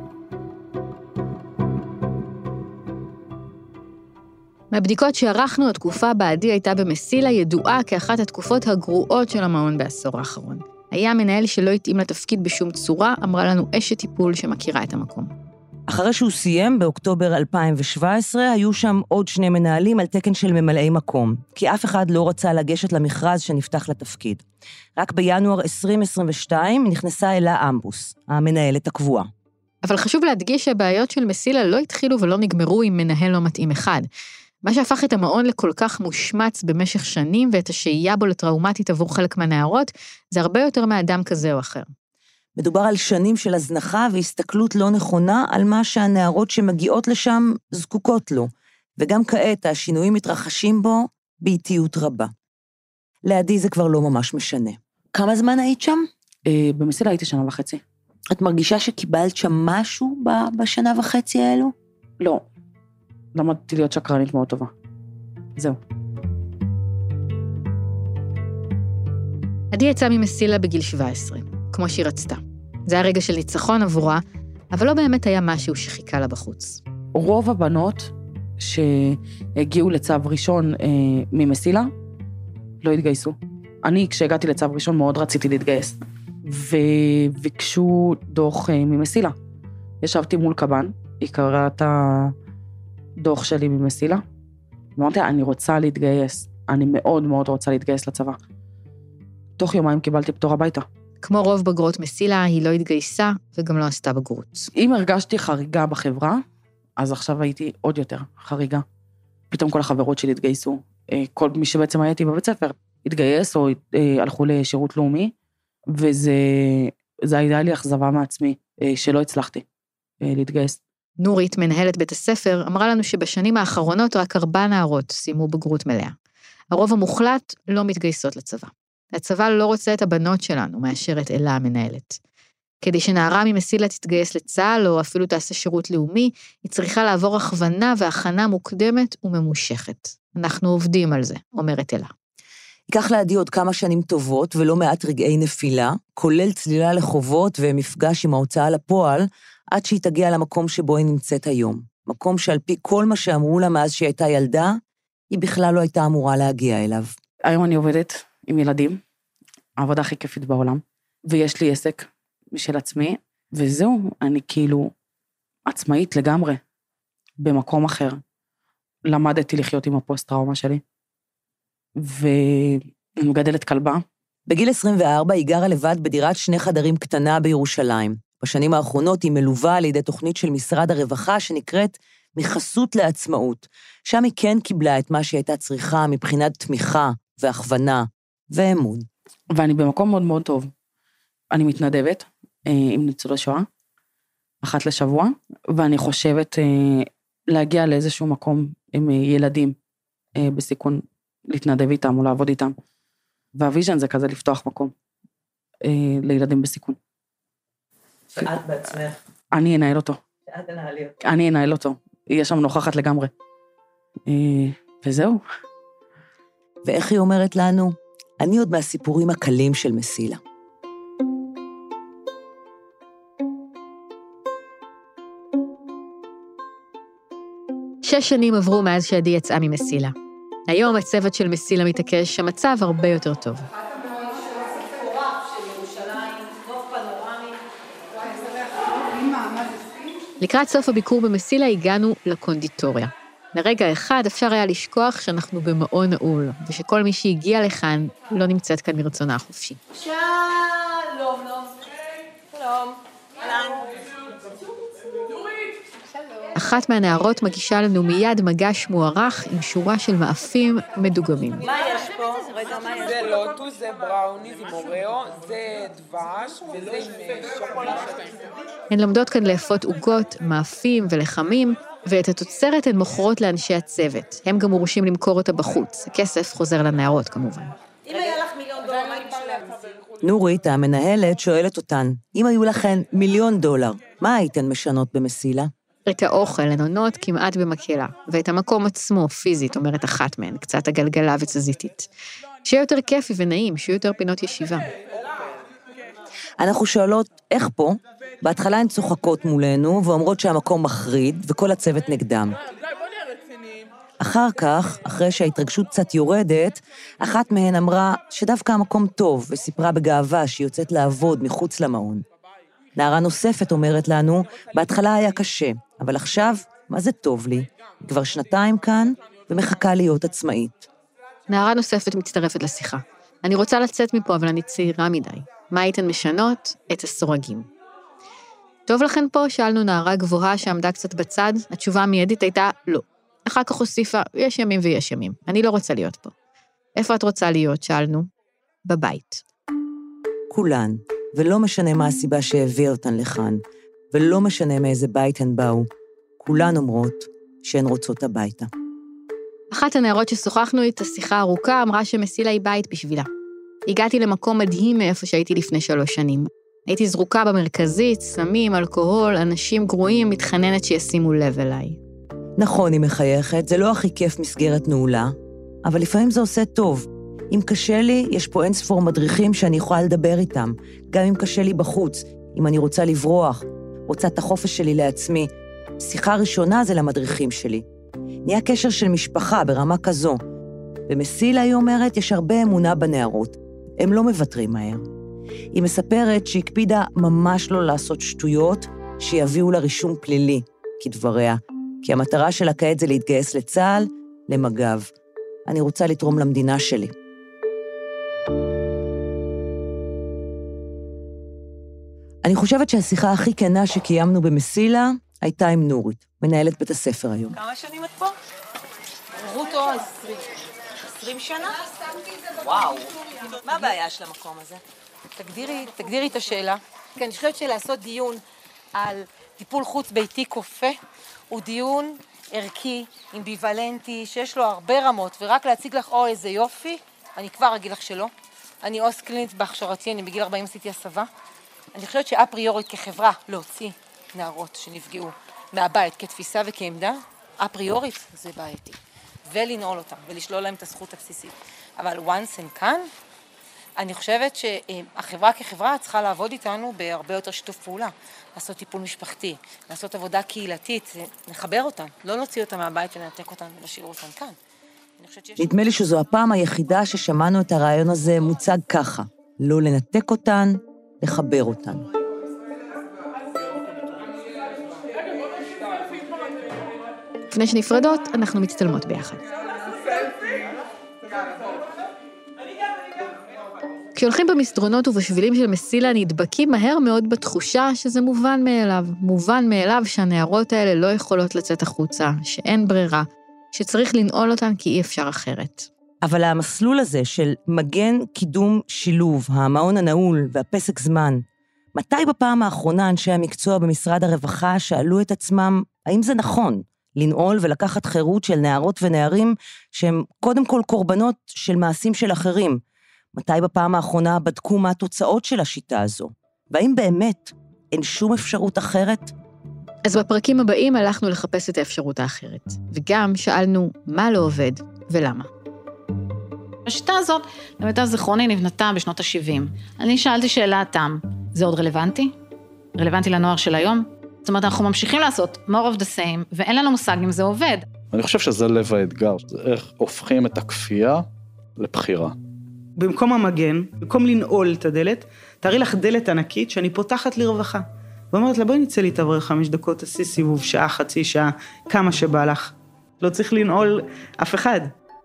מהבדיקות שערכנו, התקופה בעדי הייתה במסילה ידועה כאחת התקופות הגרועות של המעון בעשור האחרון. היה מנהל שלא התאים לתפקיד בשום צורה, אמרה לנו אשת טיפול שמכירה את המקום. אחרי שהוא סיים, באוקטובר אלפיים שבע עשרה, היו שם עוד שני מנהלים על תקן של ממלאי מקום, כי אף אחד לא רצה לגשת למכרז שנפתח לתפקיד. רק בינואר עשרים עשרים ושתיים נכנסה אלה אמבוס, המנהלת הקבועה. אבל חשוב להדגיש שהבעיות של מסילה לא התחילו ולא נגמרו עם מנהל לא מתאים אחד. מה שהפך את המעון לכל כך מושמץ במשך שנים, ואת השהייה בו לטראומטית עבור חלק מהנערות, זה הרבה יותר מאדם כזה או אחר. מדובר על שנים של הזנחה והסתכלות לא נכונה על מה שהנערות שמגיעות לשם זקוקות לו, וגם כעת השינויים מתרחשים בו באיטיות רבה. לעדי זה כבר לא ממש משנה. כמה זמן היית שם? אה, במסילה הייתי שנה וחצי. את מרגישה שקיבלת שם משהו בשנה וחצי האלו? לא. למדתי להיות שקרנית מאוד טובה. זהו. עדי יצאה ממסילה בגיל שבע עשרה, כמו שהיא רצתה. זה היה רגע של ניצחון עבורה, אבל לא באמת היה משהו שחיכה לה בחוץ. רוב הבנות שהגיעו לצו ראשון אה, ממסילה, לא התגייסו. אני, כשהגעתי לצו ראשון, מאוד רציתי להתגייס. וביקשו דוח אה, ממסילה. ישבתי מול קבן, היא קראה את הדוח שלי ממסילה, אמרתי, אני רוצה להתגייס. אני מאוד מאוד רוצה להתגייס לצבא. תוך יומיים קיבלתי פטור הביתה. כמו רוב בגרות מסילה, היא לא התגייסה וגם לא עשתה בגרות. אם הרגשתי חריגה בחברה, אז עכשיו הייתי עוד יותר חריגה. פתאום כל החברות שלי התגייסו. כל מי שבעצם הייתי בבית ספר, התגייס או הלכו לשירות לאומי, וזה זה היה לי אכזבה מעצמי, שלא הצלחתי להתגייס. נורית, מנהלת בית הספר, אמרה לנו שבשנים האחרונות רק ארבע נערות סיימו בגרות מלאה. הרוב המוחלט לא מתגייסות לצבא. הצבא לא רוצה את הבנות שלנו, מאשר את אלה המנהלת. כדי שנערה ממסילה תתגייס לצה"ל, או אפילו תעשה שירות לאומי, היא צריכה לעבור הכוונה והכנה מוקדמת וממושכת. אנחנו עובדים על זה, אומרת אלה. ייקח לעדי עוד כמה שנים טובות ולא מעט רגעי נפילה, כולל צלילה לחובות ומפגש עם ההוצאה לפועל, עד שהיא תגיע למקום שבו היא נמצאת היום. מקום שעל פי כל מה שאמרו לה מאז שהיא הייתה ילדה, היא בכלל לא הייתה אמורה להגיע אליו. היום אני עובדת עם ילדים, העבודה הכי כיפית בעולם, ויש לי עסק משל עצמי, וזהו, אני כאילו עצמאית לגמרי, במקום אחר. למדתי לחיות עם הפוסט-טראומה שלי, ואני מגדלת כלבה. בגיל עשרים וארבע היא גרה לבד בדירת שני חדרים קטנה בירושלים. בשנים האחרונות היא מלווה על ידי תוכנית של משרד הרווחה שנקראת מחסות לעצמאות. שם היא כן קיבלה את מה שהיא הייתה צריכה מבחינת תמיכה והכוונה ואמון. ואני במקום מאוד מאוד טוב. אני מתנדבת אה, עם ניצולי שואה, אחת לשבוע, ואני חושבת אה, להגיע לאיזשהו מקום עם ילדים אה, בסיכון, להתנדב איתם או לעבוד איתם. והוויז'ן זה כזה לפתוח מקום אה, לילדים בסיכון. שאת בעצמך. אני אנהל אותו. שאת תנהלי אותו. אני אנהל אותו. יהיה שם נוכחת לגמרי. אה, וזהו. ואיך היא אומרת לנו? אני עוד מהסיפורים הקלים של מסילה. שש שנים עברו מאז שעדי יצאה ממסילה. היום הצוות של מסילה מתעקש שהמצב הרבה יותר טוב. לקראת סוף הביקור במסילה הגענו לקונדיטוריה. לרגע אחד אפשר היה לשכוח שאנחנו במעון נעול, ושכל מי שהגיע לכאן לא נמצאת כאן מרצונה החופשי. שלום, שלום. שלום. אחת מהנערות מגישה לנו מיד מגש מוערך עם שורה של מאפים מדוגמים. מה יש פה? רגע, מה יש? זה לוטוס, זה בראוני, זה מוריאו, זה דבש, וזה עם שוקולד. הן לומדות כאן לאפות עוגות, מאפים ולחמים, ואת התוצרת הן מוכרות לאנשי הצוות. הם גם מורשים למכור אותה בחוץ. הכסף חוזר לנערות כמובן. אם היה לך מיליון דולר, מה הייתי נורית, המנהלת, שואלת אותן, אם היו לכן מיליון דולר, מה הייתן משנות במסילה? את האוכל הן עונות כמעט במקהלה, ואת המקום עצמו, פיזית, אומרת אחת מהן, קצת הגלגלה וצזיתית. שיהיה יותר כיפי ונעים, שיהיו יותר פינות ישיבה. אנחנו שואלות, איך פה? בהתחלה הן צוחקות מולנו, ואומרות שהמקום מחריד, וכל הצוות נגדם. אחר כך, אחרי שההתרגשות קצת יורדת, אחת מהן אמרה שדווקא המקום טוב, וסיפרה בגאווה שהיא יוצאת לעבוד מחוץ למעון. נערה נוספת אומרת לנו, בהתחלה היה קשה, אבל עכשיו, מה זה טוב לי? היא כבר שנתיים כאן, ומחכה להיות עצמאית. נערה נוספת מצטרפת לשיחה. אני רוצה לצאת מפה, אבל אני צעירה מדי. מה הייתן משנות? את הסורגים. טוב לכן פה? שאלנו נערה גבוהה שעמדה קצת בצד. התשובה המיידית הייתה לא. אחר כך הוסיפה, יש ימים ויש ימים. אני לא רוצה להיות פה. איפה את רוצה להיות? שאלנו. בבית. כולן, ולא משנה מה הסיבה שהביא אותן לכאן, ולא משנה מאיזה בית הן באו, כולן אומרות שהן רוצות הביתה. אחת הנערות ששוחחנו איתה שיחה ארוכה אמרה שמסילה היא בית בשבילה. הגעתי למקום מדהים מאיפה שהייתי לפני שלוש שנים. הייתי זרוקה במרכזית, סמים, אלכוהול, אנשים גרועים, מתחננת שישימו לב אליי. נכון, היא מחייכת, זה לא הכי כיף מסגרת נעולה, אבל לפעמים זה עושה טוב. אם קשה לי, יש פה אין ספור מדריכים שאני יכולה לדבר איתם, גם אם קשה לי בחוץ, אם אני רוצה לברוח, רוצה את החופש שלי לעצמי. שיחה ראשונה זה למדריכים שלי. נהיה קשר של משפחה ברמה כזו. במסילה, היא אומרת, יש הרבה אמונה בנערות. הם לא מוותרים מהר. היא מספרת שהקפידה ממש לא לעשות שטויות שיביאו לה רישום פלילי, כדבריה, כי המטרה שלה כעת זה להתגייס לצה"ל, למג"ב. אני רוצה לתרום למדינה שלי. אני חושבת שהשיחה הכי כנה שקיימנו במסילה הייתה עם נורית, מנהלת בית הספר היום. כמה שנים את פה? רוטו עשרים. עשרים שנה? וואו. מה הבעיה של המקום הזה? תגדירי, תגדירי את השאלה. כי אני חושבת שלעשות דיון על טיפול חוץ ביתי כופה, הוא דיון ערכי, אמביוולנטי, שיש לו הרבה רמות, ורק להציג לך, או איזה יופי, אני כבר אגיד לך שלא. אני עו"ס קלינית בהכשרתי, אני בגיל ארבעים עשיתי הסבה. אני חושבת שאפריורית כחברה להוציא נערות שנפגעו מהבית כתפיסה וכעמדה, אפריורית זה בעייתי. ולנעול אותם, ולשלול להם את הזכות הבסיסית. אבל once and כאן, אני חושבת שהחברה כחברה צריכה לעבוד איתנו בהרבה יותר שיתוף פעולה. לעשות טיפול משפחתי, לעשות עבודה קהילתית, לחבר אותן, לא להוציא אותן מהבית ולנתק אותן ולהשאיר אותן כאן. נדמה לי שזו הפעם היחידה ששמענו את הרעיון הזה מוצג ככה. לא לנתק אותן, לחבר אותן. לפני שנפרדות, אנחנו מצטלמות ביחד. כשהולכים במסדרונות ובשבילים של מסילה, נדבקים מהר מאוד בתחושה שזה מובן מאליו. מובן מאליו שהנערות האלה לא יכולות לצאת החוצה, שאין ברירה, שצריך לנעול אותן כי אי אפשר אחרת. אבל המסלול הזה של מגן קידום שילוב, המעון הנעול והפסק זמן, מתי בפעם האחרונה אנשי המקצוע במשרד הרווחה שאלו את עצמם, האם זה נכון לנעול ולקחת חירות של נערות ונערים שהם קודם כל קורבנות של מעשים של אחרים? מתי בפעם האחרונה בדקו מה התוצאות של השיטה הזו? והאם באמת אין שום אפשרות אחרת? אז בפרקים הבאים הלכנו לחפש את האפשרות האחרת, וגם שאלנו מה לא עובד ולמה. השיטה הזאת, למיטב זיכרוני, נבנתה בשנות ה-שבעים. אני שאלתי שאלה תם, זה עוד רלוונטי? רלוונטי לנוער של היום? זאת אומרת, אנחנו ממשיכים לעשות more of the same, ואין לנו מושג אם זה עובד. אני חושב שזה לב האתגר, זה איך הופכים את הכפייה לבחירה. במקום המגן, במקום לנעול את הדלת, תראי לך דלת ענקית שאני פותחת לרווחה. ואומרת לה, בואי נצא להתעבר חמש דקות, עשי סיבוב, שעה, חצי שעה, כמה שבא לך. לא צריך לנעול אף אחד.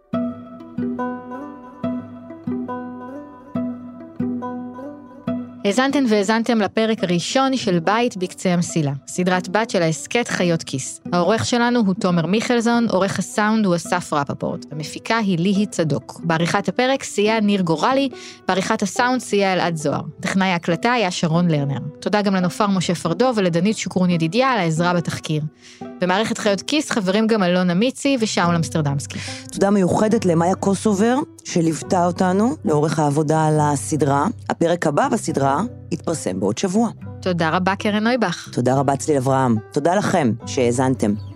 האזנתן והאזנתם לפרק הראשון של בית בקצה המסילה, סדרת בת של העסקת חיות כיס. העורך שלנו הוא תומר מיכלזון, עורך הסאונד הוא אסף רפפורט, המפיקה היא ליהי צדוק. בעריכת הפרק סייע ניר גורלי, בעריכת הסאונד סייע אלעד זוהר. טכנאי ההקלטה היה שרון לרנר. תודה גם לנופר משה פרדו ולדנית שוקרון ידידיה על העזרה בתחקיר. במערכת חיות כיס חברים גם אלונה מיצי ושאול אמסטרדמסקי. תודה מיוחדת למאיה קוסובר, שליוותה אותנו לאורך העבודה על הסדרה. הפרק הבא בסדרה יתפרסם בעוד שבוע. תודה רבה קרן נויבך. תודה רבה צליל אברהם. תודה לכם שהאזנתם.